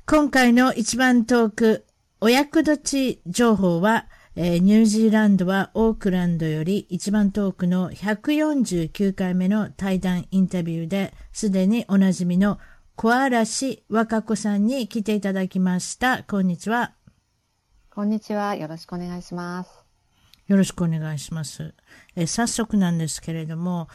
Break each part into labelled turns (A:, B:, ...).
A: 今回の一番トーク、お役立ち情報は、ニュージーランドはオークランドより一番トークの149回目の対談インタビューで、すでにおなじみの小嵐和歌子さんに来ていただきました。こんにちは。
B: こんにちは。よろしくお願いします。
A: よろしくお願いします。早速なんですけれども、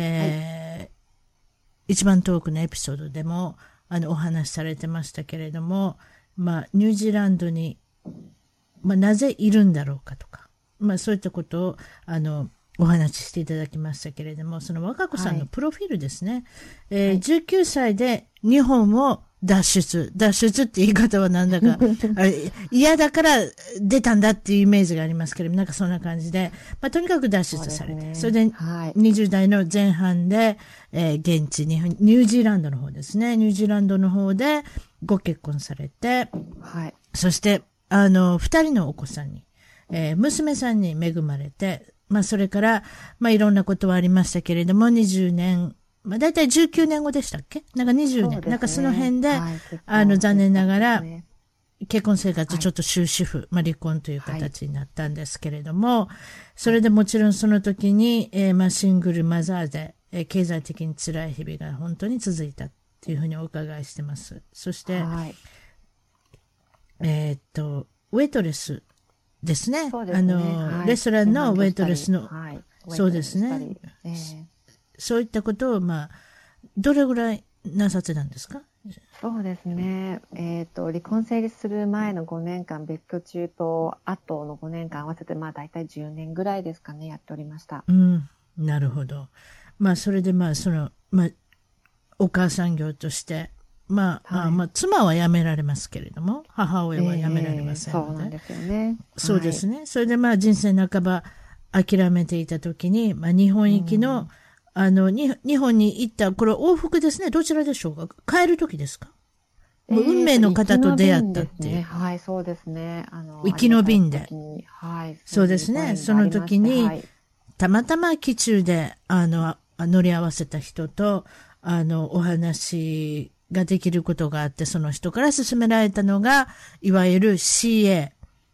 A: 一番トークのエピソードでもお話しされてましたけれども、ニュージーランドに、なぜいるんだろうかとか、そういったことをお話ししていただきましたけれども、その若子さんのプロフィールですね。19歳で日本を脱出って言い方はなんだか嫌だから出たんだっていうイメージがありますけれども、なんかそんな感じで、とにかく脱出されて、それで20代の前半で、現地にニュージーランドの方ですね、ニュージーランドの方でご結婚されて、そして二人のお子さんに、娘さんに恵まれて、それから、いろんなことはありましたけれども、20年、だいたい19年後でしたっけ？なんか20年、なんかその辺で、残念ながら、結婚生活ちょっと終止符、離婚という形になったんですけれども、それでもちろんその時に、シングルマザーで、経済的に辛い日々が本当に続いたっていうふうにお伺いしてます。そして、ウェイトレスですね。レストランのウェイトレスの、そうですね。そういったことを、どれぐらいなさってたんですか？
B: そうですね。離婚成立する前の5年間、別居中と後の5年間合わせて、だいたい10年ぐらいですかね、やっておりました。
A: なるほど。それでお母さん業として、妻は辞められますけれども、母親は辞められませんので。
B: そうなんですよね。
A: そうですね。それで人生半ば諦めていたときに、日本行きの、日本に行った、これ往復ですね。どちらでしょうか？帰るときですか？運命の方と出会ったっていう。
B: はい、そうですね。
A: 行きの便で。そうですね。その時に、たまたま機中で、乗り合わせた人と、お話ができることがあって、その人から勧められたのが、いわゆる CA、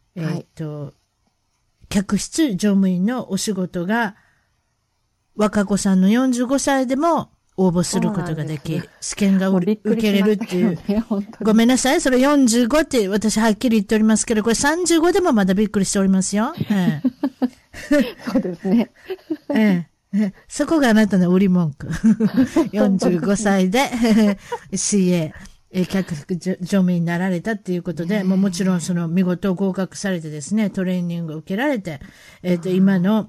A: 客室乗務員のお仕事が、若子さんの45歳でも応募することができ、試験が受けれるっていう。ごめんなさい、それ45って私はっきり言っておりますけど、これ35でもまだびっくりしておりますよ。
B: そうですね。
A: そこがあなたの売り文句。45歳で CA、客室乗務員になられたっていうことで、もちろんその見事合格されてですね、トレーニングを受けられて、今の、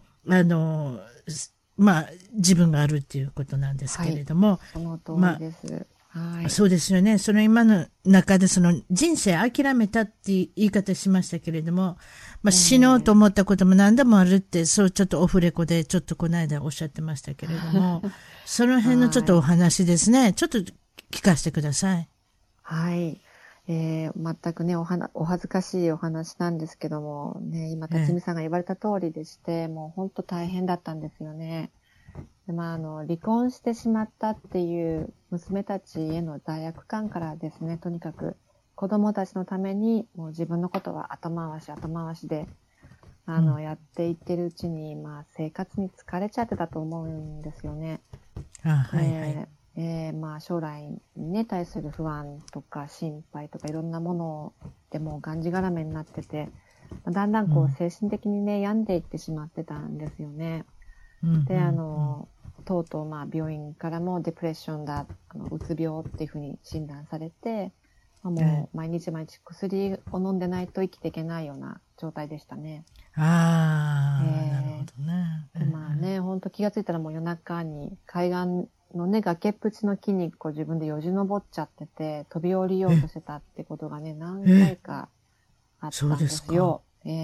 A: 自分があるっていうことなんですけれども。
B: その通りです。
A: そうですよね。その今の中でその人生諦めたって言い方しましたけれども、死のうと思ったことも何度もあるって、そうちょっとオフレコでちょっとこの間おっしゃってましたけれども、その辺のちょっとお話ですね。ちょっと聞かせてください。
B: はい。全くね、お恥ずかしいお話なんですけども、ね、今、辰巳さんが言われた通りでして、もう本当大変だったんですよね。で離婚してしまったっていう娘たちへの罪悪感からですね、とにかく子供たちのために、もう自分のことは後回しで、やっていってるうちに、生活に疲れちゃってたと思うんですよね。将来にね、対する不安とか心配とかいろんなものでもうがんじがらめになってて、だんだん精神的にね、病んでいってしまってたんですよね。で、とうとう病院からもデプレッションだ、うつ病っていうふうに診断されて、もう毎日薬を飲んでないと生きていけないような状態でしたね。
A: なるほどね。
B: 本当気がついたらもう夜中に海岸のね、崖っぷちの木に自分でよじ登っちゃってて、飛び降りようとしてたってことがね、何回かあったんですよ。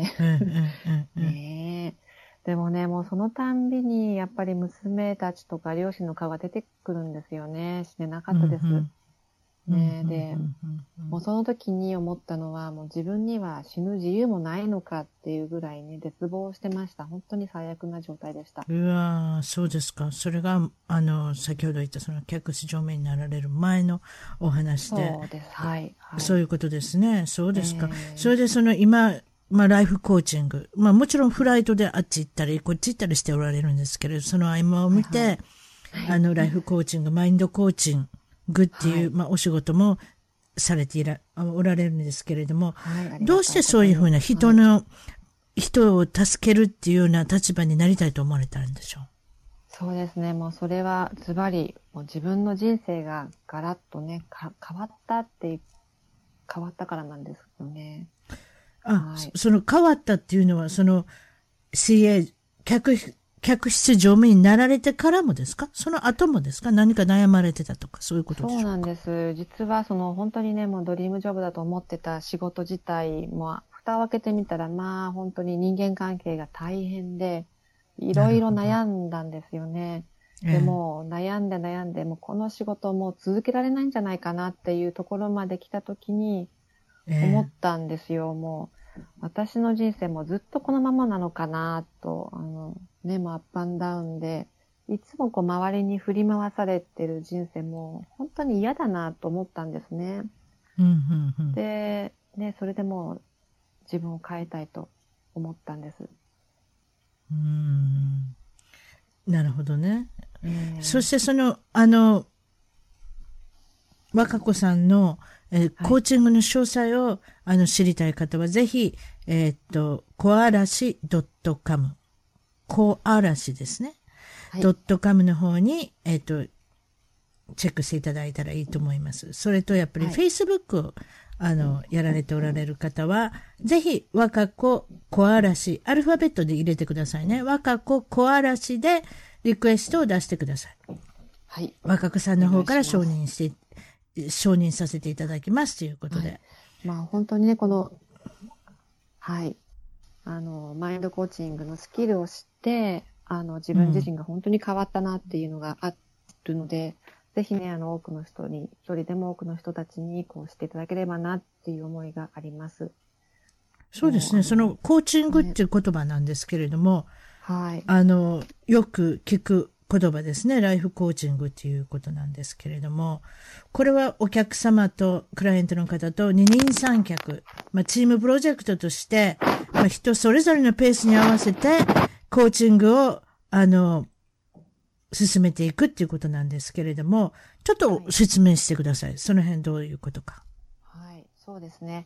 B: でもね、もうそのたんびにやっぱり娘たちとか両親の顔が出てくるんですよね。死ねなかったです。 ね。で、もうその時に思ったのは、もう自分には死ぬ自由もないのかっていうぐらいね、絶望してました。本当に最悪な状態でした。
A: うわー、そうですか。それが、先ほど言ったその客室乗務員になられる前のお話で、
B: そうです。はい。はい。
A: そういうことですね。そうですか。それ
B: え
A: で今、ライフコーチング。もちろんフライトであっち行ったり、こっち行ったりしておられるんですけれど、その合間を見て、
B: はいはい。はい。
A: ライフコーチング、マインドコーチングっていう、
B: はい。
A: お仕事もされておられるんですけれども、
B: はい。あり
A: どうして
B: がたいこ
A: そういうふうな
B: とに。はい。
A: 人を助けるっていうような立場になりたいと思われたんでしょ
B: そうですね。もうそれはズバリ、もう自分の人生がガラッとね、変わったって変わったからなんですよね。
A: う。あ、
B: はい。
A: その変わったっていうのは、CA、客室乗務員になられてからもですか？その後もですか？何か悩まれてたとか、そういうことで
B: そうなん
A: しょうか？
B: です。実は本当にね、もうドリームジョブだと思ってた仕事自体も、蓋を開けてみたら、まあ本当に人間関係が大変で、いろいろ
A: なるほど。
B: 悩んだんですよね。で
A: え
B: も悩んで悩んで、もうこの仕事もう続けられないんじゃないかなっていうところまで来た時に思っ
A: え、
B: たんですよ。もう私の人生もずっとこのままなのかなと、ね、もうアップアンダウンで、いつもこう周りに振り回されてる人生も本当に嫌だなと思ったんですね。
A: うん、うん、うん。
B: で、ね、それでもう自分を変えたいと思ったんです。
A: うーん。なるほどね。そし
B: ええ、
A: て若子さんの、コー
B: はい。
A: チングの詳細を、知りたい方は、ぜひ、コアラシ .com、コアラシですね。
B: はい。
A: .com の方に、チェックしていただいたらいいと思います。それと、やっぱり
B: はい。
A: Facebook を、やられておられる方は、ぜひ、若子コアラシ、アルファベットで入れてくださいね。若子コアラシで、リクエストを出してください。
B: はい。
A: 若子さん
B: お願い
A: の方から
B: します。
A: 承認させていただきますということ
B: はい。
A: で。
B: まあ本当にね、はい。マインドコーチングのスキルを知って、自
A: うん。
B: 分自身が本当に変わったなっていうのがあるので、ぜひね、多くの人に、一人でも多くの人たちに、こうしていただければなっていう思いがあります。もう、
A: そうですね。そのコーチングっ
B: ね、
A: ていう言葉なんですけれども、
B: はい。
A: よく聞く言葉ですね。ライフコーチングっていうことなんですけれども、これはお客様とクライアントの方と二人三脚、チームプロジェクトとして、人それぞれのペースに合わせて、コーチングを、進めていくっていうことなんですけれども、ちょっと
B: はい。
A: 説明してください。その辺どういうことか。
B: はい。そうですね。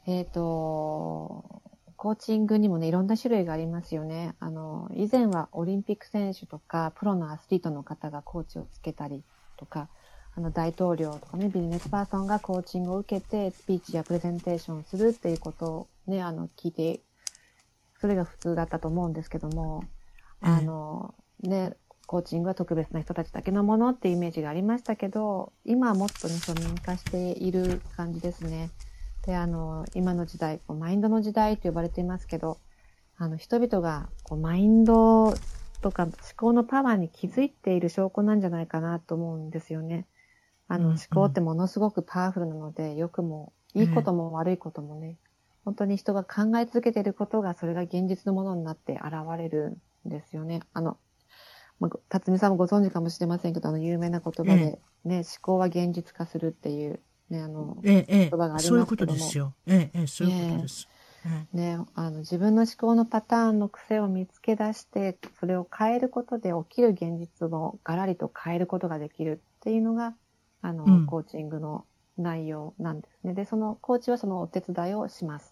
B: コーチングにもね、いろんな種類がありますよね。以前はオリンピック選手とか、プロのアスリートの方がコーチをつけたりとか、大統領とかね、ビジネスパーソンがコーチングを受けて、スピーチやプレゼンテーションをするっていうことをね、聞いて、それが普通だったと思うんですけども、
A: ええ、
B: ね、コーチングは特別な人たちだけのものっていうイメージがありましたけど、今はもっとね、庶民化している感じですね。で、今の時代、マインドの時代と呼ばれていますけど、人々がマインドとか思考のパワーに気づいている証拠なんじゃないかなと思うんですよね。思
A: うんうん、
B: 考ってものすごくパワフルなので、良くも、いいこ
A: え
B: とも悪いこともね、本当に人が考え続けていることが、それが現実のものになって現れるんですよね。辰巳さんもご存知かもしれませんけど、有名な言葉
A: え、
B: で、ね、思考は現実化するっていう、ね、言葉がありま
A: そういうこ
B: すけども、
A: とですよ。そういうことで
B: ね
A: す。え
B: ね、自分の思考のパターンの癖を見つけ出して、それを変えることで起きる現実をガラリと変えることができるっていうのが、
A: うん。
B: コーチングの内容なんですね。で、そのコーチはそのお手伝いをします。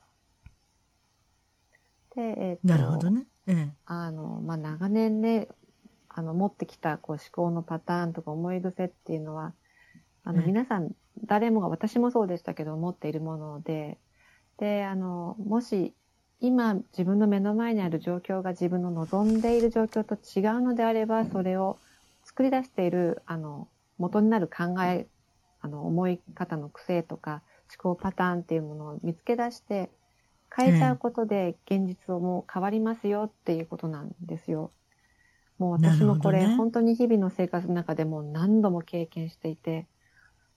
B: で、
A: なるほどね。
B: 長年ね、持ってきた思考のパターンとか思い癖っていうのは、
A: え
B: 皆さん、誰もが、私もそうでしたけど、持っているもので、で、もし、今、自分の目の前にある状況が自分の望んでいる状況と違うのであれば、それを作り出している、元になる考え、思い方の癖とか、思考パターンっていうものを見つけ出して、変えちゃう
A: え
B: ことで現実をもう変わりますよっていうことなんですよ。もう
A: なる
B: 私もこれ
A: ほどね。
B: 本当に日々の生活の中でも何度も経験していて、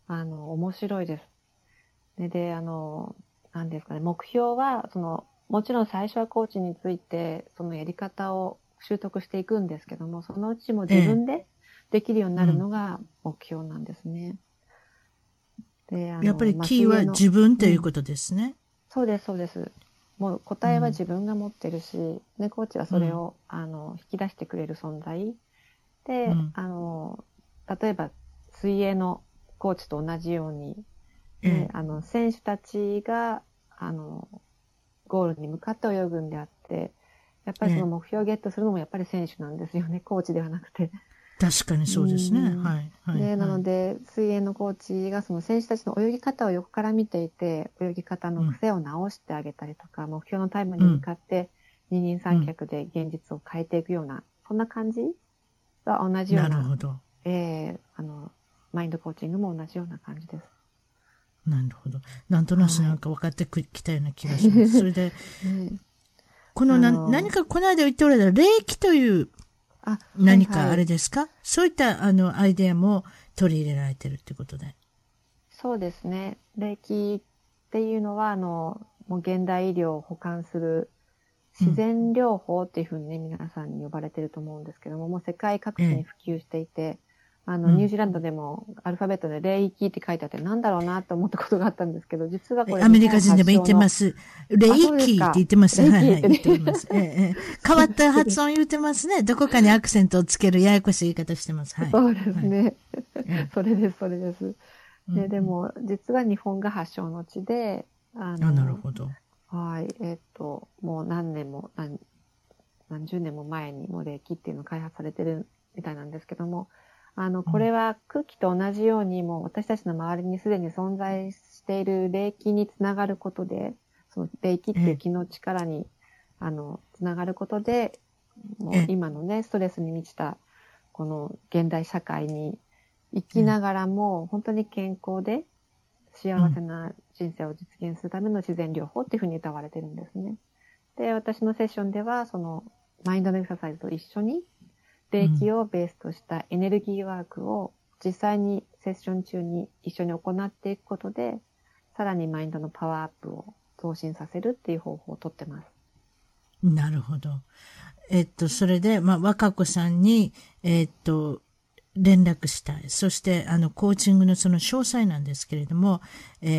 B: 面白いです。で、なんですかね、目標は、もちろん最初はコーチについて、そのやり方を習得していくんですけども、そのうちも自分でできるようになるのが目標なんですね。で、
A: やっぱりキーは自分ということですね。
B: そうです、そうです。もう答えは自分が持ってるし、ね、コーチはそれを、引き出してくれる存在。で、例えば、水泳のコーチと同じように、ね、選手たちが、ゴールに向かって泳ぐんであって、やっぱりその目標をゲットするのもやっぱり選手なんですよね、コーチではなくて。
A: 確かにそうですね。はい。はい。
B: で、なので、水泳のコーチがその選手たちの泳ぎ方を横から見ていて、泳ぎ方の癖を直してあげたりとか、目標のタイムに向かって二人三脚で現実を変えていくような、そんな感じが同じような。
A: なるほど。
B: マインドコーチングも同じような感じです。
A: なるほど。なんとなくなんか分かってきたような気がします。それで、この何かこの間言っておられた霊気という何かあれですか、そういったアイデアも取り入れられてるってことで。
B: そうですね。霊気っていうのは、もう現代医療を補完する自然療法っていうふうにね、皆さんに呼ばれてると思うんですけども、もう世界各地に普及していて、ニュージーランドでもアルファベットで霊気って書いてあってなんだろうなと思ったことがあったんですけど、実はこれ
A: アメリカ人でも言ってます。霊気って言ってます。はいはい、言ってます。変わった発音言ってますね。どこかにアクセントをつけるややこしい言い方してます。はい、
B: そうですね。はい、それです、それです。でも、実は日本が発祥の地で、
A: なるほど。
B: はい、もう何十年も前にもう霊気っていうのを開発されてるみたいなんですけども、これは空気と同じように、もう私たちの周りにすでに存在している霊気につながることで、その霊気っていう気の力に、つながることで、もう今のね、ストレスに満ちた、この現代社会に生きながらも、本当に健康で幸せな人生を実現するための自然療法っていうふうに歌われてるんですね。で、私のセッションでは、その、マインドのエクササイズと一緒に、霊気をベースとしたエネルギーワークを実際にセッション中に一緒に行っていくことで、さらにマインドのパワーアップを増進させるっていう方法をとってます。
A: なるほど。それで、若子さんに、連絡したい。そして、コーチングのその詳細なんですけれども、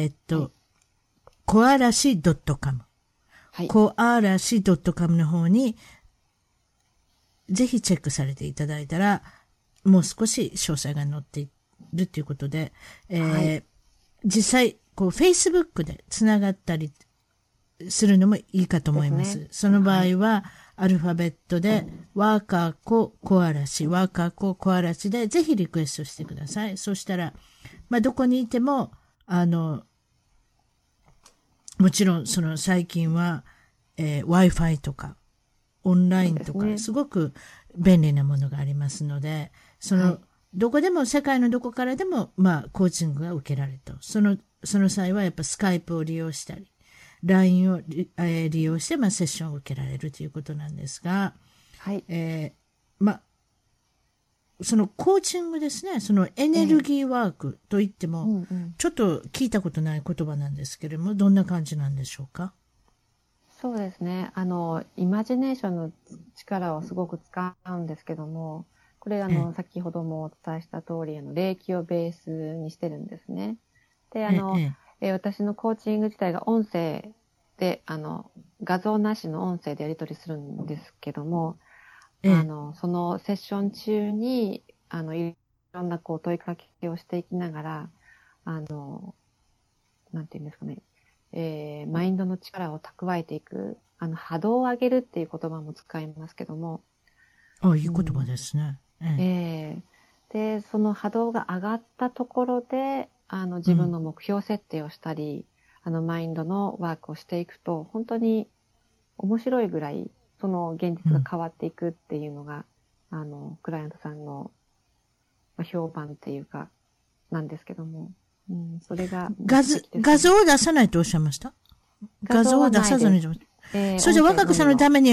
A: コアラシ .com。はい、コアラシ .com の方に、ぜひチェックされていただいたら、もう少し詳細が載っているということで、実際、Facebook でつながったりするのもいいかと思います。その場合は、アルファベットで、ワーカーココアラシ、ワーカーココアラシで、ぜひリクエストしてください。そしたら、どこにいても、もちろん、最近は、Wi-Fi とか、オンラインとか、すごく便利なものがありますので、どこでも、世界のどこからでも、コーチングが受けられると。その際は、やっぱスカイプを利用したり、LINE を利用して、セッションを受けられるということなんですが、
B: はい。
A: そのコーチングですね、そのエネルギーワークといっても、ちょっと聞いたことない言葉なんですけれども、どんな感じなんでしょうか？
B: そうですね。イマジネーションの力をすごく使うんですけども、これ先ほどもお伝えした通り、霊気をベースにしてるんですね。で、私のコーチング自体が音声で、画像なしの音声でやり取りするんですけども、そのセッション中に、いろんな問いかけをしていきながら、なんていうんですかね、マインドの力を蓄えていく、波動を上げるっていう言葉も使いますけども。
A: いい言葉ですね。
B: で、その波動が上がったところで、自分の目標設定をしたり、マインドのワークをしていくと、本当に面白いぐらい、その現実が変わっていくっていうのが、クライアントさんの評判っていうか、なんですけども。それが、
A: 画像を出さないとおっしゃいました？画像を出さずに。それじゃ若子さんのために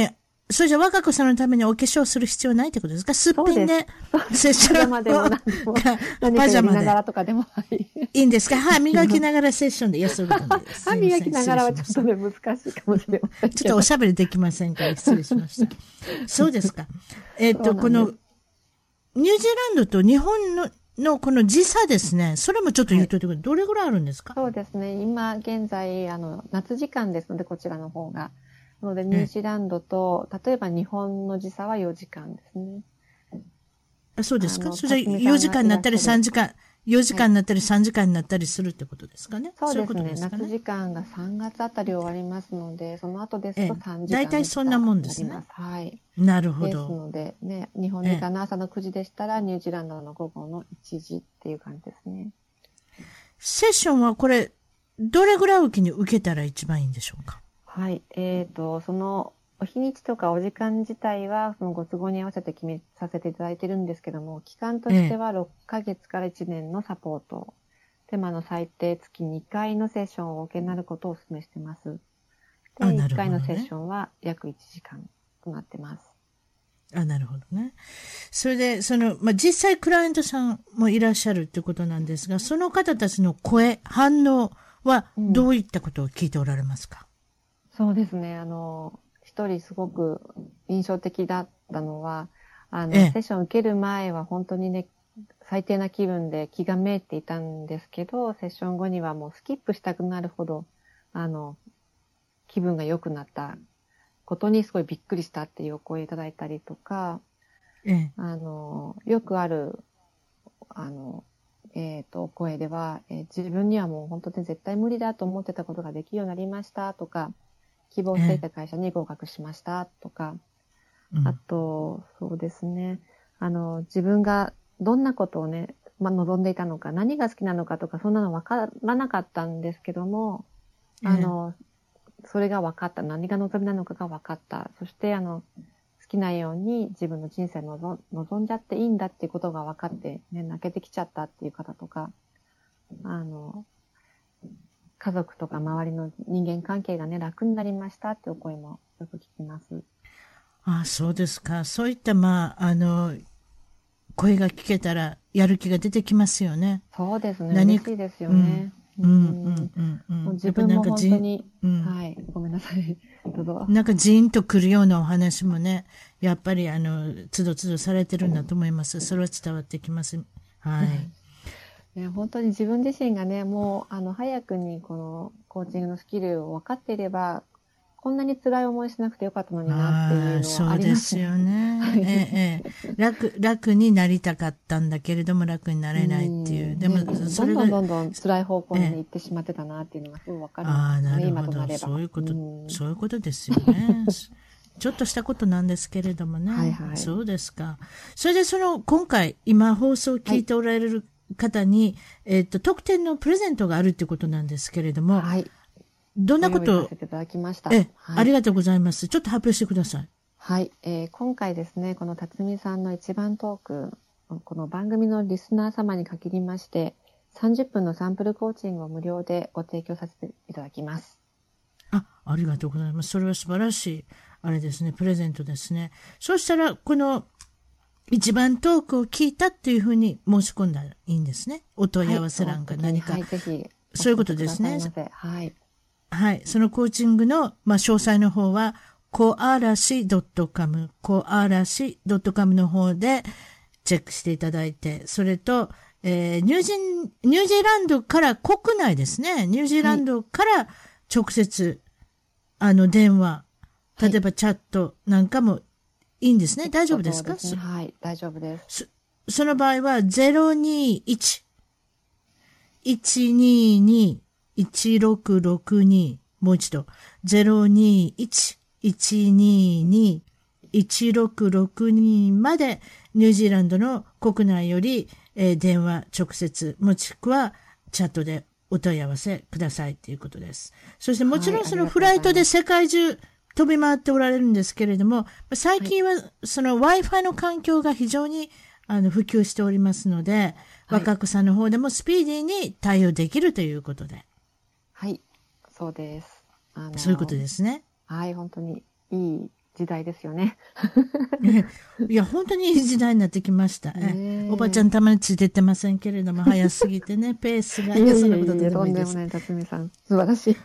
A: それじゃ若子さんのためにお化粧する必要ないってことですか？すっぴんでセッション
B: パジャマでも何かやりながらとかでもい
A: いんですか？歯磨きながらセッションで。いや、そういうことです。
B: 歯磨きながらはちょっとね、難しいかもしれません。
A: ちょっとおしゃべりできませんから、失礼しました。そうですか。この、ニュージーランドと日本のこの時差ですね。それもちょっと言うといてください。どれぐらいあるんですか？
B: そうですね。今現在、夏時間ですので、こちらの方が。なので、ニュージーランドと、例えば日本の時差は4時間ですね。
A: そうですか？それじゃ4時間になったり3時間、4時間になったり3時間になったりするってことですかね？
B: そうですね。
A: そういうことですかね。
B: 夏時間が3月あたり終わりますので、その後ですと3時間
A: 大体そんなもんですね。
B: はい。
A: なるほど。
B: ですので、ね、日本時間の朝の9時でしたら、ニュージーランドの午後の1時っていう感じですね。
A: セッションはこれ、どれぐらいおきに受けたら一番いいんでしょうか？
B: はい。その、お日にちとかお時間自体は、そのご都合に合わせて決めさせていただいてるんですけども、期間としては6ヶ月から1年のサポート。最低月2回のセッションをお受けになることをお勧めしてます。で、1回のセッションは約1時間となってます。
A: なるほどね。それで、実際クライアントさんもいらっしゃるってことなんですが、その方たちの声、反応はどういったことを聞いておられますか？
B: そうですね。一人すごく印象的だったのは、セッションを受ける前は本当にね、最低な気分で気がめいていたんですけど、セッション後にはもうスキップしたくなるほど、気分が良くなったことにすごいびっくりしたっていうお声いただいたりとか、よくある、お声では、自分にはもう本当に絶対無理だと思ってたことができるようになりましたとか、希望していた会社に合格しましたとか、あと、そうですね、自分がどんなことをね、望んでいたのか、何が好きなのかとか、そんなの分からなかったんですけども、それが分かった。何が望みなのかが分かった。そして、好きなように自分の人生を望んじゃっていいんだっていうことが分かって、ね、泣けてきちゃったっていう方とか、家族とか周りの人間関係がね、楽になりましたってお声もよく聞きます。
A: そうですか。そういった、声が聞けたらやる気が出てきますよね。
B: そうですね。嬉しいですよね。自分も本当に、はい、ごめんなさい。どうぞ。
A: なんかジーンとくるようなお話もね、やっぱりつどつどされてるんだと思います。それは伝わってきます。はい。
B: 本当に自分自身がね、もう、早くにこのコーチングのスキルを分かっていれば、こんなに辛い思いしなくてよかったのになっていうのはありますね。
A: そうですよね。楽になりたかったんだけれども楽になれないっていう。でも、
B: それがどんどん辛い方向に行ってしまってたなっていうのがすごいわかるんですね、今となれば。
A: そういうことですよね。ちょっとしたことなんですけれどもね。はいはい。そうですか。それで今回、今放送を聞いておられる方に、特典のプレゼントがあるってことなんですけれども、はい。どんなことを、ありがとうございます。ちょっと発表してください。
B: はい。今回ですね、この辰巳さんの一番トーク、この番組のリスナー様に限りまして、30分のサンプルコーチングを無料でご提供させていただきます。
A: ありがとうございます。それは素晴らしい、あれですね、プレゼントですね。そうしたら、この、一番トークを聞いたっていうふうに申し込んだらいいんですね。お問い合わせ欄か何か。
B: はい、ぜひ。
A: そういうことですね。
B: はい。
A: はい。そのコーチングの、詳細の方は、コアラシ .com、コアラシ .com の方でチェックしていただいて、それと、ニュージーランドから国内ですね。ニュージーランドから直接、電話、例えばチャットなんかもいいんですね。大丈夫ですか？
B: はい、大丈夫です。
A: その場合は、021-122-1662もう一度、021-122-1662までニュージーランドの国内より、電話直接もしくはチャットでお問い合わせくださいということです。そしてもちろんそのフライトで世界中飛び回っておられるんですけれども、最近はその Wi-Fi の環境が非常に普及しておりますので、若子さんの方でもスピーディーに対応できるということで。
B: はい、そうです。
A: そういうことですね。
B: はい、本当にいい時代ですよね。
A: いや、本当にいい時代になってきました。おばちゃんたまについてってませんけれども、早すぎてね、ペースが。そんなことでもいいです。
B: とんでもない、辰巳さん。素晴らしい。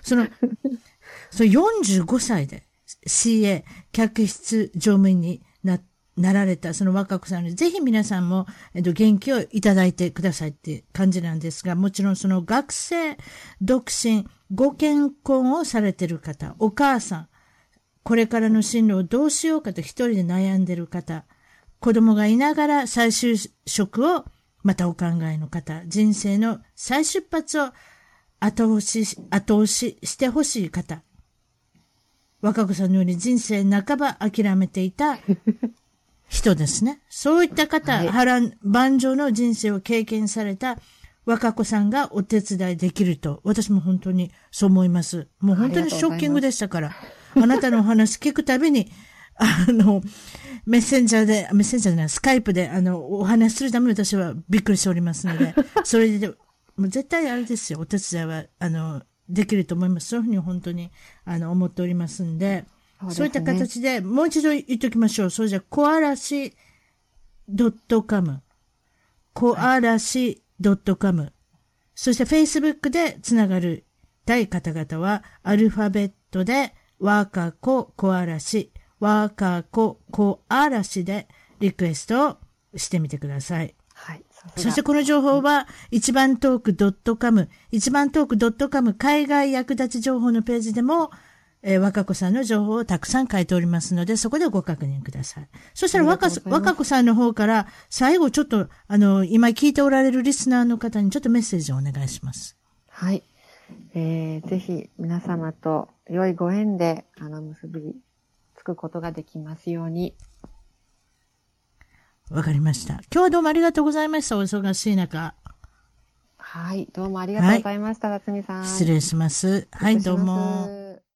A: 45歳で CA、客室乗務員になられた、その若子さんに、ぜひ皆さんも、元気をいただいてくださいって感じなんですが、もちろんその学生、独身、ご結婚をされている方、お母さん、これからの進路をどうしようかと一人で悩んでいる方、子供がいながら再就職をまたお考えの方、人生の再出発を後押ししてほしい方、若子さんのように人生半ば諦めていた人ですね。そういった方、
B: はい、
A: 波乱万丈の人生を経験された若子さんがお手伝いできると、私も本当にそう思います。もう本当にショッキングでしたから、あなたのお話聞くたびに、メッセンジャーじゃない、スカイプで、お話するために私はびっくりしておりますので、それで、もう絶対あれですよ、お手伝いは、できると思います。そういうふうに本当に、思っておりますんで、そういった形で、もう一度言っときましょう。それじゃ、こあらし .com、こあらし .com、そして Facebook でつながるたい方々は、アルファベットで、わかここあらし、わかここあらしでリクエストをしてみてください。
B: はい。
A: そしてこの情報は、一番トーク .com、一番トーク .com 海外役立ち情報のページでも、若子さんの情報をたくさん書いておりますので、そこでご確認ください。そしたら若子さんの方から、最後ちょっと、今聞いておられるリスナーの方にちょっとメッセージをお願いします。
B: はい。ぜひ皆様と良いご縁で、結びつくことができますように。
A: わかりました。今日はどうもありがとうございました。お忙しい中。
B: はい。どうもありがとうございました、辰巳さん。
A: 失礼します。はい、どうも。